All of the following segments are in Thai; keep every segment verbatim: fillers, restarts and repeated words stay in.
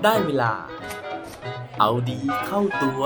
ได้เวลาเอาดีเข้าตัว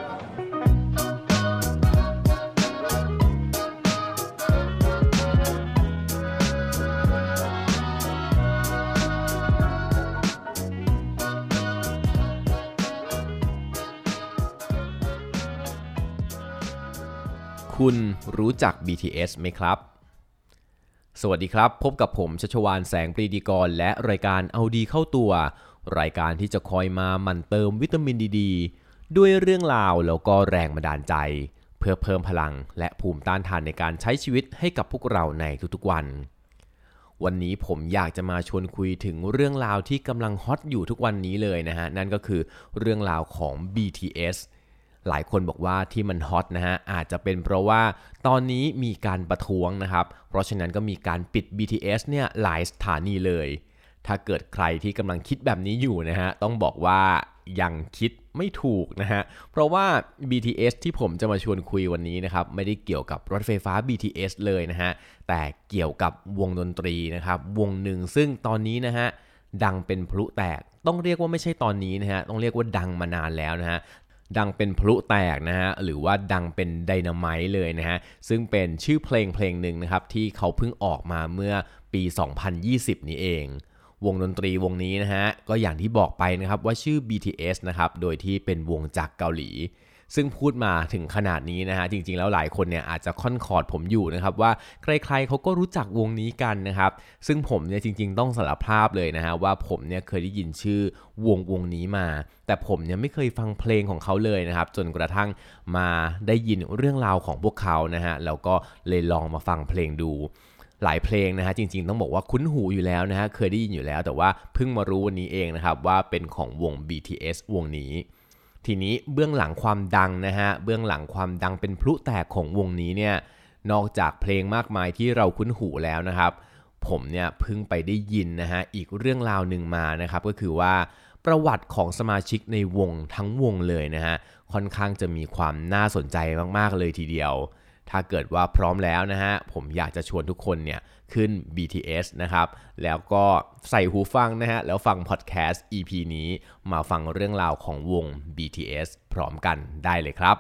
คุณรู้จัก บี ที เอส ไหมครับสวัสดีครับพบกับผมชัชวาลแสงปรีดีกรและรายการเอาดีเข้าตัวรายการที่จะคอยมาหมั่นเติมวิตามินดีดีด้วยเรื่องราวแล้วก็แรงบันดาลใจเพื่อเพิ่มพลังและภูมิต้านทานในการใช้ชีวิตให้กับพวกเราในทุกๆวันวันนี้ผมอยากจะมาชวนคุยถึงเรื่องราวที่กำลังฮอตอยู่ทุกวันนี้เลยนะฮะนั่นก็คือเรื่องราวของ บี ที เอสหลายคนบอกว่าที่มันฮอตนะฮะอาจจะเป็นเพราะว่าตอนนี้มีการประท้วงนะครับเพราะฉะนั้นก็มีการปิด บี ที เอส เนี่ยหลายสถานีเลยถ้าเกิดใครที่กำลังคิดแบบนี้อยู่นะฮะต้องบอกว่ายังคิดไม่ถูกนะฮะเพราะว่า บี ที เอส ที่ผมจะมาชวนคุยวันนี้นะครับไม่ได้เกี่ยวกับรถไฟฟ้า บี ที เอส เลยนะฮะแต่เกี่ยวกับวงดนตรีนะครับวงหนึ่งซึ่งตอนนี้นะฮะดังเป็นพลุแตกต้องเรียกว่าไม่ใช่ตอนนี้นะฮะต้องเรียกว่าดังมานานแล้วนะฮะดังเป็นพลุแตกนะฮะหรือว่าดังเป็นไดนาไมต์เลยนะฮะซึ่งเป็นชื่อเพลงเพลงหนึ่งนะครับที่เขาเพิ่งออกมาเมื่อปีสองพันยี่สิบนี้เองวงดนตรีวงนี้นะฮะก็อย่างที่บอกไปนะครับว่าชื่อ บี ที เอส นะครับโดยที่เป็นวงจากเกาหลีซึ่งพูดมาถึงขนาดนี้นะฮะจริงๆแล้วหลายคนเนี่ยอาจจะค่อนคอร์ดผมอยู่นะครับว่าใครๆเขาก็รู้จักวงนี้กันนะครับซึ่งผมเนี่ยจริงๆต้องสารภาพเลยนะฮะว่าผมเนี่ยเคยได้ยินชื่อวงวงนี้มาแต่ผมเนี่ยไม่เคยฟังเพลงของเขาเลยนะครับจนกระทั่งมาได้ยินเรื่องราวของพวกเขานะฮะแล้วก็เลยลองมาฟังเพลงดูหลายเพลงนะฮะจริงๆต้องบอกว่าคุ้นหูอยู่แล้วนะฮะเคยได้ยินอยู่แล้วแต่ว่าเพิ่งมารู้วันนี้เองนะครับว่าเป็นของวง บี ที เอส วงนี้ทีนี้เบื้องหลังความดังนะฮะเบื้องหลังความดังเป็นพลุแตกของวงนี้เนี่ยนอกจากเพลงมากมายที่เราคุ้นหูแล้วนะครับผมเนี่ยเพิ่งไปได้ยินนะฮะอีกเรื่องราวหนึ่งมานะครับก็คือว่าประวัติของสมาชิกในวงทั้งวงเลยนะฮะค่อนข้างจะมีความน่าสนใจมากๆเลยทีเดียวถ้าเกิดว่าพร้อมแล้วนะฮะผมอยากจะชวนทุกคนเนี่ยขึ้น บี ที เอส นะครับแล้วก็ใส่หูฟังนะฮะแล้วฟังพอดแคสต์ อี พี นี้มาฟังเรื่องราวของวง บี ที เอส พร้อมกันได้เลยครับ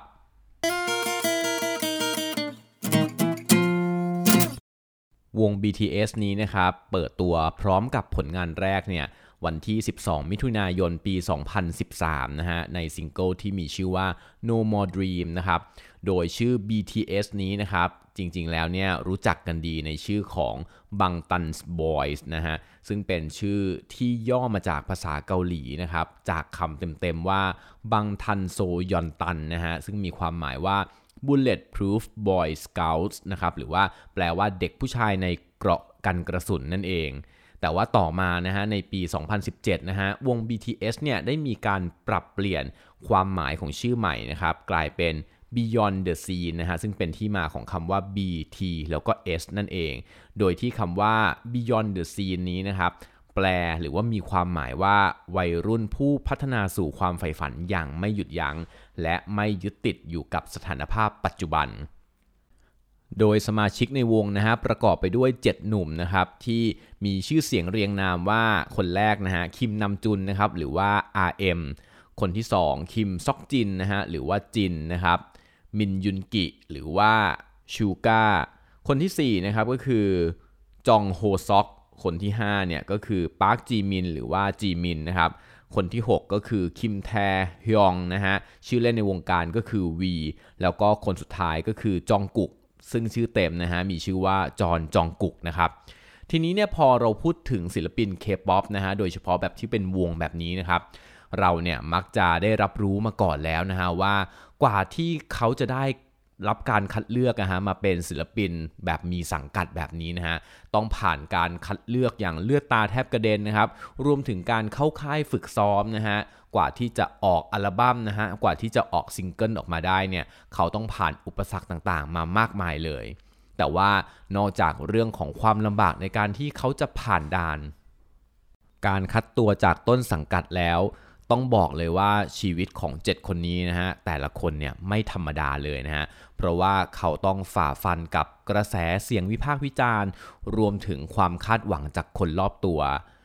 วง บี ที เอส นี้นะครับเปิดตัวพร้อมกับผลงานแรกเนี่ยวันที่สิบสองมิถุนายนปีสองพันสิบสามนะฮะในซิงเกิลที่มีชื่อว่า No More Dream นะครับโดยชื่อ บี ที เอส นี้นะครับจริงๆแล้วเนี่ยรู้จักกันดีในชื่อของบังตันส์บอยส์นะฮะซึ่งเป็นชื่อที่ย่อมาจากภาษาเกาหลีนะครับจากคำเต็มๆว่าบังทันโซยอนตันนะฮะซึ่งมีความหมายว่า Bulletproof Boy Scouts นะครับหรือว่าแปลว่าเด็กผู้ชายในเกราะกันกระสุนนั่นเองแต่ว่าต่อมานะฮะในปีสองพันสิบเจ็ดนะฮะวง บี ที เอส เนี่ยได้มีการปรับเปลี่ยนความหมายของชื่อใหม่นะครับกลายเป็น Beyond the Scene นะฮะซึ่งเป็นที่มาของคำว่า B T แล้วก็ S นั่นเองโดยที่คำว่า Beyond the Scene นี้นะครับแปลหรือว่ามีความหมายว่าวัยรุ่นผู้พัฒนาสู่ความใฝ่ฝันอย่างไม่หยุดยั้งและไม่ยึดติดอยู่กับสถานภาพปัจจุบันโดยสมาชิกในวงนะฮะประกอบไปด้วยเจ็ดหนุ่มนะครับที่มีชื่อเสียงเรียงนามว่าคนแรกนะฮะคิมนำจุนนะครับหรือว่า อาร์ เอ็ม คนที่สองคิมซอกจินนะฮะหรือว่าจินนะครับมินยุนกิหรือว่าชูก้าคนที่สี่นะครับก็คือจองโฮซอกคนที่ห้าเนี่ยก็คือปาร์คจีมินหรือว่าจีมินนะครับคนที่หกก็คือคิมแทฮยองนะฮะชื่อเล่นในวงการก็คือวีแล้วก็คนสุดท้ายก็คือจองกุกซึ่งชื่อเต็มนะฮะมีชื่อว่าจอนจองกุกนะครับทีนี้เนี่ยพอเราพูดถึงศิลปิน K-pop นะฮะโดยเฉพาะแบบที่เป็นวงแบบนี้นะครับเราเนี่ยมักจะได้รับรู้มาก่อนแล้วนะฮะว่ากว่าที่เขาจะได้รับการคัดเลือกนะฮะมาเป็นศิลปินแบบมีสังกัดแบบนี้นะฮะต้องผ่านการคัดเลือกอย่างเลือดตาแทบกระเด็นนะครับรวมถึงการเข้าค่ายฝึกซ้อมนะฮะกว่าที่จะออกอัลบั้มนะฮะกว่าที่จะออกซิงเกิลออกมาได้เนี่ยเขาต้องผ่านอุปสรรคต่างๆมามากมายเลยแต่ว่านอกจากเรื่องของความลำบากในการที่เขาจะผ่านด่านการคัดตัวจากต้นสังกัดแล้วต้องบอกเลยว่าชีวิตของเจ็ดคนนี้นะฮะแต่ละคนเนี่ยไม่ธรรมดาเลยนะฮะเพราะว่าเขาต้องฝ่าฟันกับกระแสเสียงวิพากษ์วิจารณ์รวมถึงความคาดหวังจากคนรอบตัว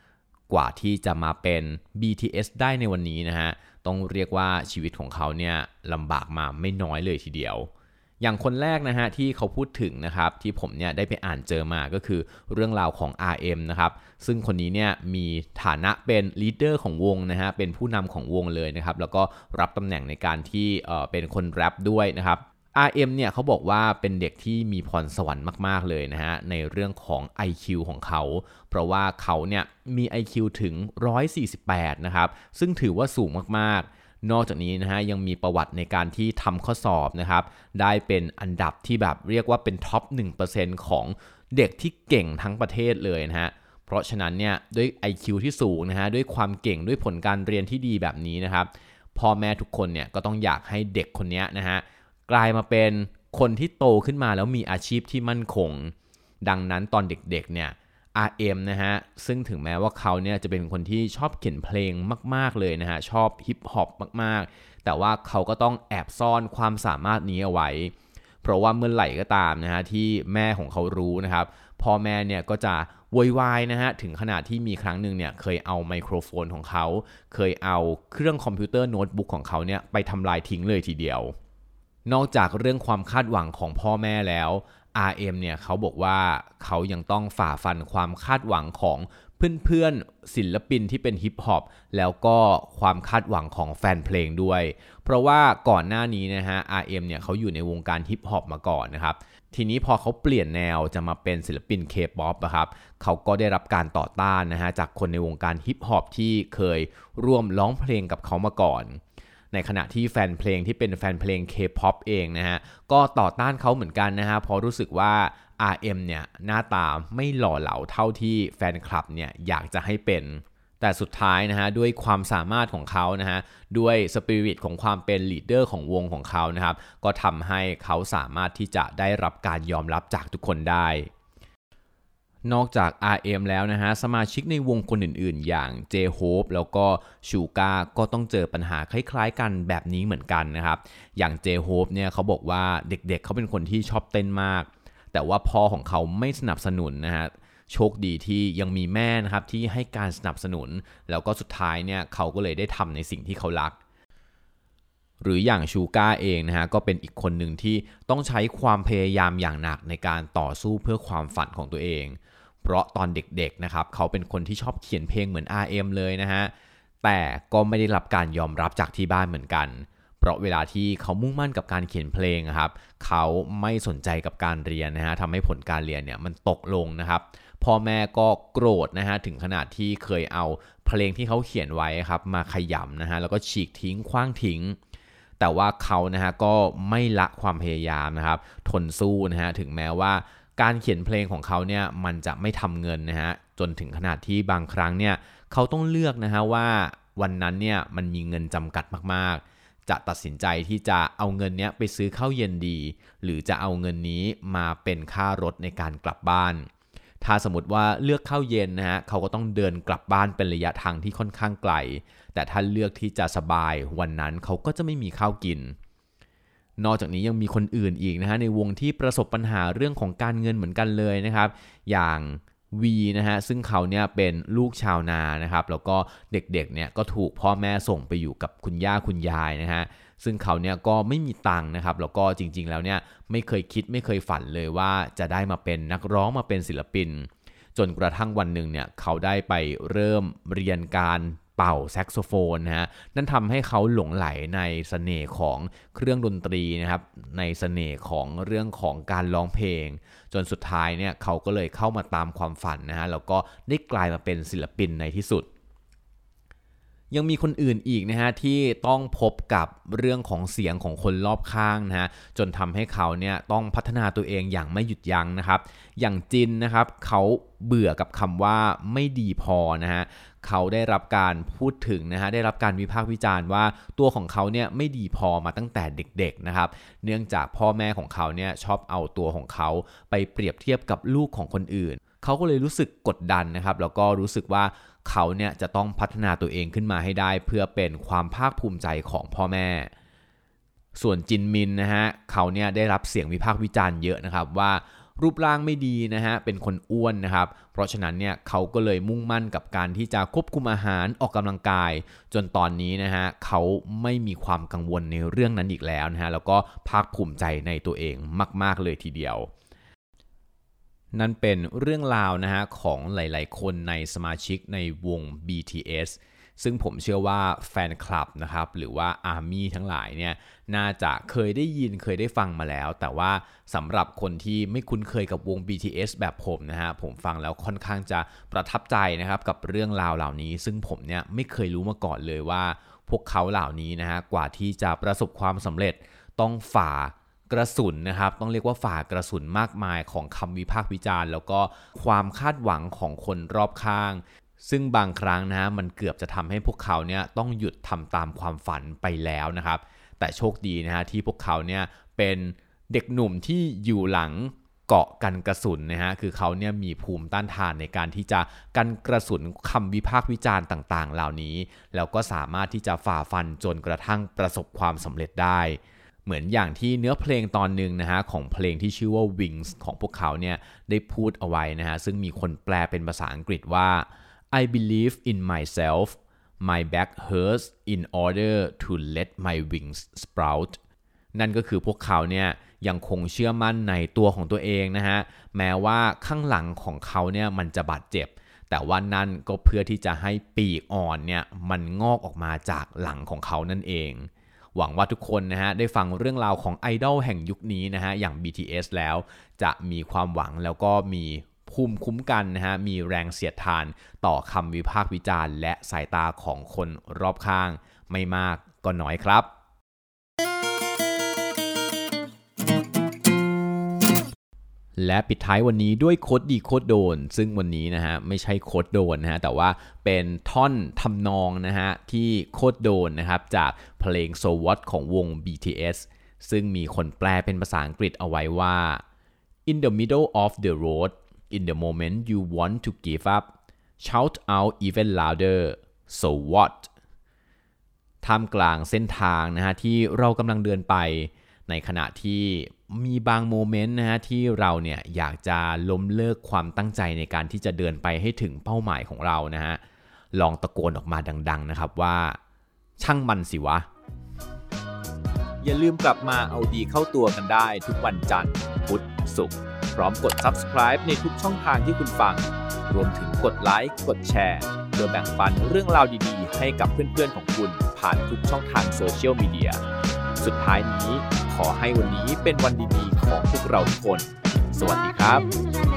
กว่าที่จะมาเป็น บี ที เอส ได้ในวันนี้นะฮะต้องเรียกว่าชีวิตของเขาเนี่ยลำบากมาไม่น้อยเลยทีเดียวอย่างคนแรกนะฮะที่เขาพูดถึงนะครับที่ผมเนี่ยได้ไปอ่านเจอมาก็คือเรื่องราวของ อาร์ เอ็ม นะครับซึ่งคนนี้เนี่ยมีฐานะเป็นลีดเดอร์ของวงนะฮะเป็นผู้นำของวงเลยนะครับแล้วก็รับตำแหน่งในการที่เอ่อเป็นคนแรปด้วยนะครับ อาร์ เอ็ม เนี่ยเขาบอกว่าเป็นเด็กที่มีพรสวรรค์มากๆเลยนะฮะในเรื่องของ ไอ คิว ของเขาเพราะว่าเขาเนี่ยมี ไอ คิว ถึงหนึ่งร้อยสี่สิบแปดนะครับซึ่งถือว่าสูงมากๆนอกจากนี้นะฮะยังมีประวัติในการที่ทำข้อสอบนะครับได้เป็นอันดับที่แบบเรียกว่าเป็นท็อป หนึ่งเปอร์เซ็นต์ ของเด็กที่เก่งทั้งประเทศเลยนะฮะเพราะฉะนั้นเนี่ยด้วย ไอ คิว ที่สูงนะฮะด้วยความเก่งด้วยผลการเรียนที่ดีแบบนี้นะครับพ่อแม่ทุกคนเนี่ยก็ต้องอยากให้เด็กคนนี้นะฮะกลายมาเป็นคนที่โตขึ้นมาแล้วมีอาชีพที่มั่นคงดังนั้นตอนเด็กๆเนี่ย อาร์ เอ็ม นะฮะซึ่งถึงแม้ว่าเขาเนี่ยจะเป็นคนที่ชอบเขียนเพลงมากๆเลยนะฮะชอบฮิปฮอปมากๆแต่ว่าเขาก็ต้องแอบซ่อนความสามารถนี้เอาไว้เพราะว่าเมื่อไหร่ก็ตามนะฮะที่แม่ของเขารู้นะครับพ่อแม่เนี่ยก็จะโวยวายนะฮะถึงขนาดที่มีครั้งหนึ่งเนี่ยเคยเอาไมโครโฟนของเขาเคยเอาเครื่องคอมพิวเตอร์โน้ตบุ๊กของเขาเนี่ยไปทำลายทิ้งเลยทีเดียวนอกจากเรื่องความคาดหวังของพ่อแม่แล้ว อาร์ เอ็ม เนี่ยเขาบอกว่าเขายังต้องฝ่าฟันความคาดหวังของเพื่อนๆศิลปินที่เป็นฮิปฮอปแล้วก็ความคาดหวังของแฟนเพลงด้วยเพราะว่าก่อนหน้านี้นะฮะ อาร์ เอ็ม เนี่ยเขาอยู่ในวงการฮิปฮอปมาก่อนนะครับทีนี้พอเขาเปลี่ยนแนวจะมาเป็นศิลปิน K-ป๊อป นะครับเขาก็ได้รับการต่อต้านนะฮะจากคนในวงการฮิปฮอปที่เคยร่วมร้องเพลงกับเขามาก่อนในขณะที่แฟนเพลงที่เป็นแฟนเพลง K-ป๊อป เองนะฮะก็ต่อต้านเขาเหมือนกันนะฮะเพราะรู้สึกว่า อาร์ เอ็ม เนี่ยหน้าตาไม่หล่อเหลาเท่าที่แฟนคลับเนี่ยอยากจะให้เป็นแต่สุดท้ายนะฮะด้วยความสามารถของเขานะฮะด้วยสปิริตของความเป็นลีดเดอร์ของวงของเขานะครับก็ทำให้เขาสามารถที่จะได้รับการยอมรับจากทุกคนได้นอกจาก อาร์ เอ็ม แล้วนะฮะสมาชิกในวงคนอื่นๆอย่าง J-Hope แล้วก็ Suga ก็ต้องเจอปัญหาคล้ายๆกันแบบนี้เหมือนกันนะครับอย่าง J-Hope เนี่ยเขาบอกว่าเด็กๆเขาเป็นคนที่ชอบเต้นมากแต่ว่าพ่อของเขาไม่สนับสนุนนะฮะโชคดีที่ยังมีแม่นะครับที่ให้การสนับสนุนแล้วก็สุดท้ายเนี่ยเขาก็เลยได้ทำในสิ่งที่เขารักหรืออย่างชูก้าเองนะฮะก็เป็นอีกคนหนึ่งที่ต้องใช้ความพยายามอย่างหนักในการต่อสู้เพื่อความฝันของตัวเองเพราะตอนเด็กๆนะครับเขาเป็นคนที่ชอบเขียนเพลงเหมือน อาร์ เอ็ม เลยนะฮะแต่ก็ไม่ได้รับการยอมรับจากที่บ้านเหมือนกันเพราะเวลาที่เขามุ่งมั่นกับการเขียนเพลงครับเขาไม่สนใจกับการเรียนนะฮะทำให้ผลการเรียนเนี่ยมันตกลงนะครับพ่อแม่ก็โกรธนะฮะถึงขนาดที่เคยเอาเพลงที่เขาเขียนไว้ครับมาขยำนะฮะแล้วก็ฉีกทิ้งขว้างทิ้งแต่ว่าเขานะฮะก็ไม่ละความพยายามนะครับทนสู้นะฮะถึงแม้ว่าการเขียนเพลงของเขาเนี่ยมันจะไม่ทำเงินนะฮะจนถึงขนาดที่บางครั้งเนี่ยเขาต้องเลือกนะฮะว่าวันนั้นเนี่ยมันมีเงินจำกัดมากๆจะตัดสินใจที่จะเอาเงินเนี้ยไปซื้อข้าวเย็นดีหรือจะเอาเงินนี้มาเป็นค่ารถในการกลับบ้านถ้าสมมติว่าเลือกข้าวเย็นนะฮะเขาก็ต้องเดินกลับบ้านเป็นระยะทางที่ค่อนข้างไกลแต่ถ้าเลือกที่จะสบายวันนั้นเขาก็จะไม่มีข้าวกินนอกจากนี้ยังมีคนอื่นอีกนะฮะในวงที่ประสบปัญหาเรื่องของการเงินเหมือนกันเลยนะครับอย่างวีนะฮะซึ่งเขาเนี่ยเป็นลูกชาวนานะครับแล้วก็เด็กๆเนี่ยก็ถูกพ่อแม่ส่งไปอยู่กับคุณย่าคุณยายนะฮะซึ่งเขาเนี่ยก็ไม่มีตังค์นะครับแล้วก็จริงๆแล้วเนี่ยไม่เคยคิดไม่เคยฝันเลยว่าจะได้มาเป็นนักร้องมาเป็นศิลปินจนกระทั่งวันหนึ่งเนี่ยเขาได้ไปเริ่มเรียนการเป่าแซกโซโฟนนะฮะนั่นทำให้เขาหลงไหลในเสน่ห์ของเครื่องดนตรีนะครับในเสน่ห์ของเรื่องของการร้องเพลงจนสุดท้ายเนี่ยเขาก็เลยเข้ามาตามความฝันนะฮะแล้วก็ได้กลายมาเป็นศิลปินในที่สุดยังมีคนอื่นอีกนะฮะที่ต้องพบกับเรื่องของเสียงของคนรอบข้างนะฮะจนทำให้เขาเนี่ยต้องพัฒนาตัวเองอย่างไม่หยุดยั้งนะครับอย่างจินนะครับเขาเบื่อกับคำว่าไม่ดีพอนะฮะเขาได้รับการพูดถึงนะฮะได้รับการวิพากษ์วิจารณ์ว่าตัวของเขาเนี่ยไม่ดีพอมาตั้งแต่เด็กๆนะครับเนื่องจากพ่อแม่ของเขาเนี่ยชอบเอาตัวของเขาไปเปรียบเทียบกับลูกของคนอื่นเขาก็เลยรู้สึกกดดันนะครับแล้วก็รู้สึกว่าเขาเนี่ยจะต้องพัฒนาตัวเองขึ้นมาให้ได้เพื่อเป็นความภาคภูมิใจของพ่อแม่ส่วนจินมินนะฮะเขาเนี่ยได้รับเสียงวิพากษ์วิจารณ์เยอะนะครับว่ารูปร่างไม่ดีนะฮะเป็นคนอ้วนนะครับเพราะฉะนั้นเนี่ยเขาก็เลยมุ่งมั่นกับการที่จะควบคุมอาหารออกกำลังกายจนตอนนี้นะฮะเขาไม่มีความกังวลในเรื่องนั้นอีกแล้วนะฮะแล้วก็ภาคภูมิใจในตัวเองมากๆเลยทีเดียวนั่นเป็นเรื่องราวนะฮะของหลายๆคนในสมาชิกในวง บี ที เอส ซึ่งผมเชื่อว่าแฟนคลับนะครับหรือว่า Army ทั้งหลายเนี่ยน่าจะเคยได้ยินเคยได้ฟังมาแล้วแต่ว่าสำหรับคนที่ไม่คุ้นเคยกับวง บี ที เอส แบบผมนะฮะผมฟังแล้วค่อนข้างจะประทับใจนะครับกับเรื่องราวเหล่านี้ซึ่งผมเนี่ยไม่เคยรู้มาก่อนเลยว่าพวกเขาเหล่านี้นะฮะกว่าที่จะประสบความสำเร็จต้องฝ่ากระสุนนะครับต้องเรียกว่าฝ่ากระสุนมากมายของคำวิพากษ์วิจารณ์แล้วก็ความคาดหวังของคนรอบข้างซึ่งบางครั้งนะมันเกือบจะทำให้พวกเขาเนี่ยต้องหยุดทำตามความฝันไปแล้วนะครับแต่โชคดีนะฮะที่พวกเขาเนี่ยเป็นเด็กหนุ่มที่อยู่หลังเกาะกันกระสุนนะฮะคือเขาเนี่ยมีภูมิต้านทานในการที่จะกันกระสุนคำวิพากษ์วิจารณ์ต่างๆเหล่านี้แล้วก็สามารถที่จะฝ่าฟันจนกระทั่งประสบความสำเร็จได้เหมือนอย่างที่เนื้อเพลงตอนหนึ่งนะฮะของเพลงที่ชื่อว่า Wings ของพวกเขาเนี่ยได้พูดเอาไว้นะฮะซึ่งมีคนแปลเป็นภาษาอังกฤษว่า I believe in myself my back hurts in order to let my wings sprout นั่นก็คือพวกเขาเนี่ยยังคงเชื่อมั่นในตัวของตัวเองนะฮะแม้ว่าข้างหลังของเขาเนี่ยมันจะบาดเจ็บแต่ว่านั่นก็เพื่อที่จะให้ปีกอ่อนเนี่ยมันงอกออกมาจากหลังของเขานั่นเองหวังว่าทุกคนนะฮะได้ฟังเรื่องราวของไอดอลแห่งยุคนี้นะฮะอย่าง บี ที เอส แล้วจะมีความหวังแล้วก็มีภูมิคุ้มกันนะฮะมีแรงเสียดทานต่อคำวิพากษ์วิจารณ์และสายตาของคนรอบข้างไม่มากก็น้อยครับและปิดท้ายวันนี้ด้วยโค้ดดีโค้ดโดนซึ่งวันนี้นะฮะไม่ใช่โค้ดโดนนะฮะแต่ว่าเป็นท่อนทำนองนะฮะที่โค้ดโดนนะครับจากเพลง So What ของวง บี ที เอส ซึ่งมีคนแปลเป็นภาษาอังกฤษเอาไว้ว่า In the middle of the road in the moment you want to give up shout out even louder So what ท่ามกลางเส้นทางนะฮะที่เรากำลังเดินไปในขณะที่มีบางโมเมนต์นะฮะที่เราเนี่ยอยากจะล้มเลิกความตั้งใจในการที่จะเดินไปให้ถึงเป้าหมายของเรานะฮะลองตะโกนออกมาดังๆนะครับว่าช่างมันสิวะอย่าลืมกลับมาเอาดีเข้าตัวกันได้ทุกวันจันทร์พุธศุกร์พร้อมกด Subscribe ในทุกช่องทางที่คุณฟังรวมถึงกดไลค์กดแชร์เพื่อแบ่งปันเรื่องราวดีๆให้กับเพื่อนๆของคุณผ่านทุกช่องทางโซเชียลมีเดียสุดท้ายนี้ขอให้วันนี้เป็นวันดีๆของพวกเราทุกคนสวัสดีครับ